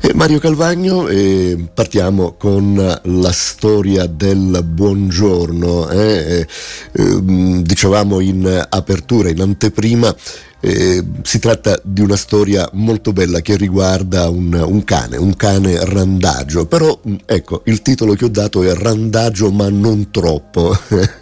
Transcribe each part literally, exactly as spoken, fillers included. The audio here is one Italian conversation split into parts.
E Mario Calvagno, eh, partiamo con la storia del buongiorno. Eh, eh, dicevamo in apertura, in anteprima, Eh, si tratta di una storia molto bella che riguarda un, un cane, un cane randagio, però ecco, il titolo che ho dato è Randagio ma non troppo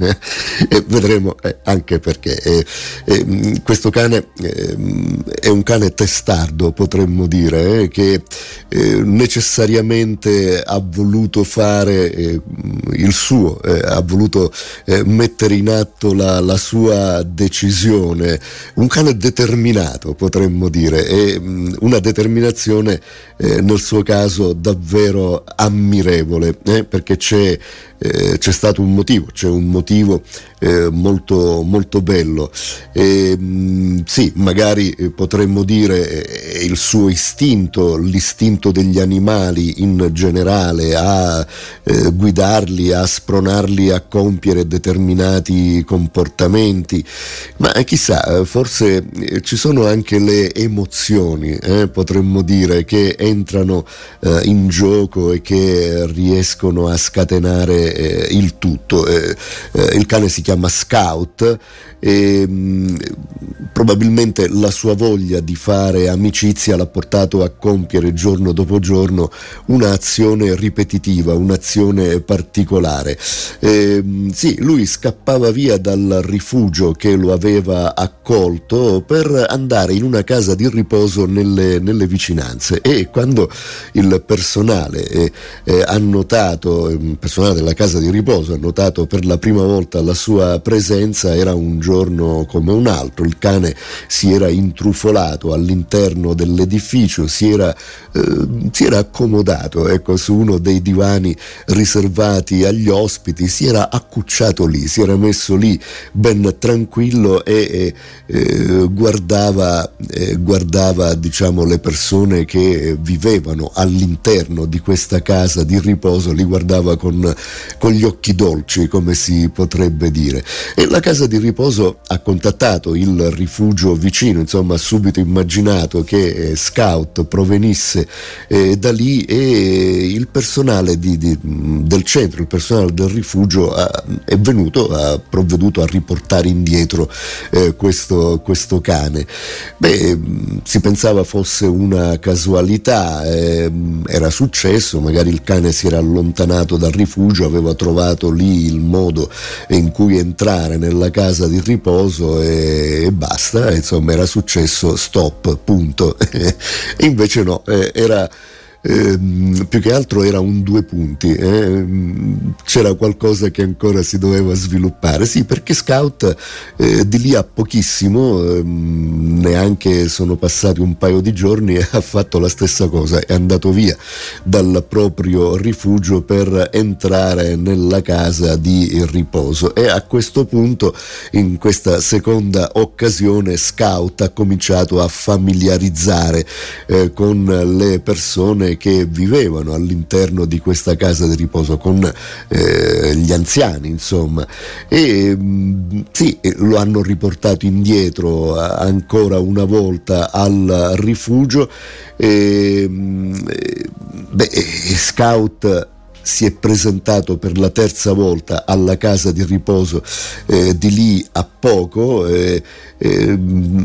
e vedremo eh, anche perché eh, eh, questo cane eh, è un cane testardo, potremmo dire, eh, che eh, necessariamente ha voluto fare eh, il suo, eh, ha voluto eh, mettere in atto la, la sua decisione, un cane determinato, potremmo dire, e mh, una determinazione eh, nel suo caso davvero ammirevole, eh, perché c'è Eh, c'è stato un motivo, c'è un motivo eh, molto, molto bello. E, mh, sì, magari eh, potremmo dire eh, il suo istinto, l'istinto degli animali in generale a eh, guidarli, a spronarli a compiere determinati comportamenti, ma eh, chissà, forse eh, ci sono anche le emozioni, eh, potremmo dire, che entrano eh, in gioco e che riescono a scatenare Eh, il tutto. Eh, eh, il cane si chiama Scout e mh, probabilmente la sua voglia di fare amicizia l'ha portato a compiere giorno dopo giorno un'azione ripetitiva, un'azione particolare. Eh, sì, lui scappava via dal rifugio che lo aveva accolto per andare in una casa di riposo nelle, nelle vicinanze, e quando il personale eh, eh, ha notato, il personale della casa di riposo ha notato per la prima volta la sua presenza, era un giorno come un altro. Il cane si era intrufolato all'interno dell'edificio, si era, eh, si era accomodato, ecco, su uno dei divani riservati agli ospiti, si era accucciato lì, si era messo lì ben tranquillo e eh, guardava, eh, guardava diciamo le persone che vivevano all'interno di questa casa di riposo, li guardava con con gli occhi dolci, come si potrebbe dire. E la casa di riposo ha contattato il rifugio vicino, insomma ha subito immaginato che eh, Scout provenisse eh, da lì, e il personale di, di, del centro, il personale del rifugio ha, è venuto, ha provveduto a riportare indietro eh, questo, questo cane. Beh, si pensava fosse una casualità, eh, era successo, magari il cane si era allontanato dal rifugio, aveva trovato lì il modo in cui entrare nella casa di riposo e, e basta, insomma era successo, stop, punto. E invece no, eh, era Eh, più che altro era un due punti, eh? C'era qualcosa che ancora si doveva sviluppare, sì, perché Scout eh, di lì a pochissimo, eh, neanche sono passati un paio di giorni, ha fatto la stessa cosa, è andato via dal proprio rifugio per entrare nella casa di riposo, e a questo punto, in questa seconda occasione, Scout ha cominciato a familiarizzare eh, con le persone che vivevano all'interno di questa casa di riposo, con eh, gli anziani, insomma, e mh, sì, lo hanno riportato indietro ancora una volta al rifugio. E, mh, beh, Scout si è presentato per la terza volta alla casa di riposo eh, di lì a poco, eh, eh,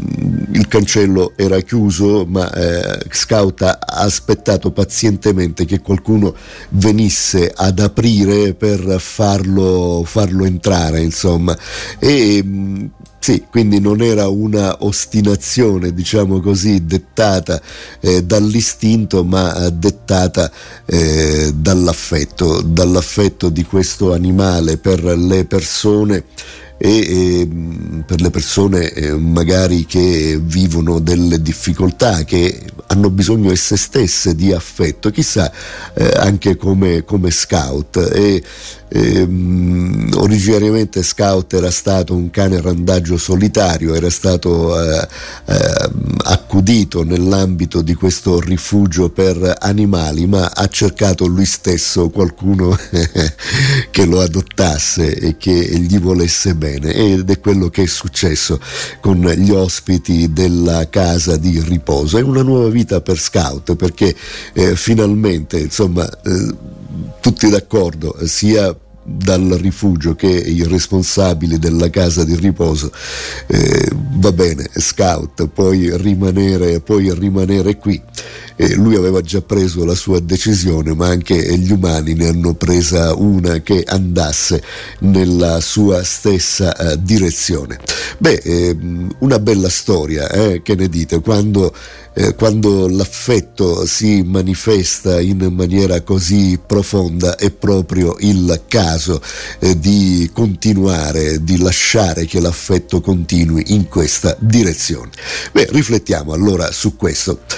il cancello era chiuso, ma eh, Scout ha aspettato pazientemente che qualcuno venisse ad aprire per farlo, farlo entrare, insomma, e mh, sì, quindi non era una ostinazione, diciamo così, dettata eh, dall'istinto, ma dettata eh, dall'affetto, dall'affetto di questo animale per le persone, e eh, per le persone eh, magari che vivono delle difficoltà, che hanno bisogno esse stesse di affetto, chissà, eh, anche come, come Scout. E ehm, originariamente Scout era stato un cane randagio solitario, era stato eh, eh, accudito nell'ambito di questo rifugio per animali, ma ha cercato lui stesso qualcuno che lo adottasse e che gli volesse bene, ed è quello che è successo con gli ospiti della casa di riposo. È una nuova vita per Scout, perché eh, finalmente, insomma, eh, tutti d'accordo, sia dal rifugio che i responsabili della casa di riposo, eh, va bene Scout, puoi rimanere, puoi rimanere qui. Eh, lui aveva già preso la sua decisione, ma anche gli umani ne hanno presa una che andasse nella sua stessa eh, direzione. Beh, eh, una bella storia, eh? Che ne dite? Quando Eh, quando l'affetto si manifesta in maniera così profonda, è proprio il caso eh, di continuare, di lasciare che l'affetto continui in questa direzione. Beh, riflettiamo allora su questo.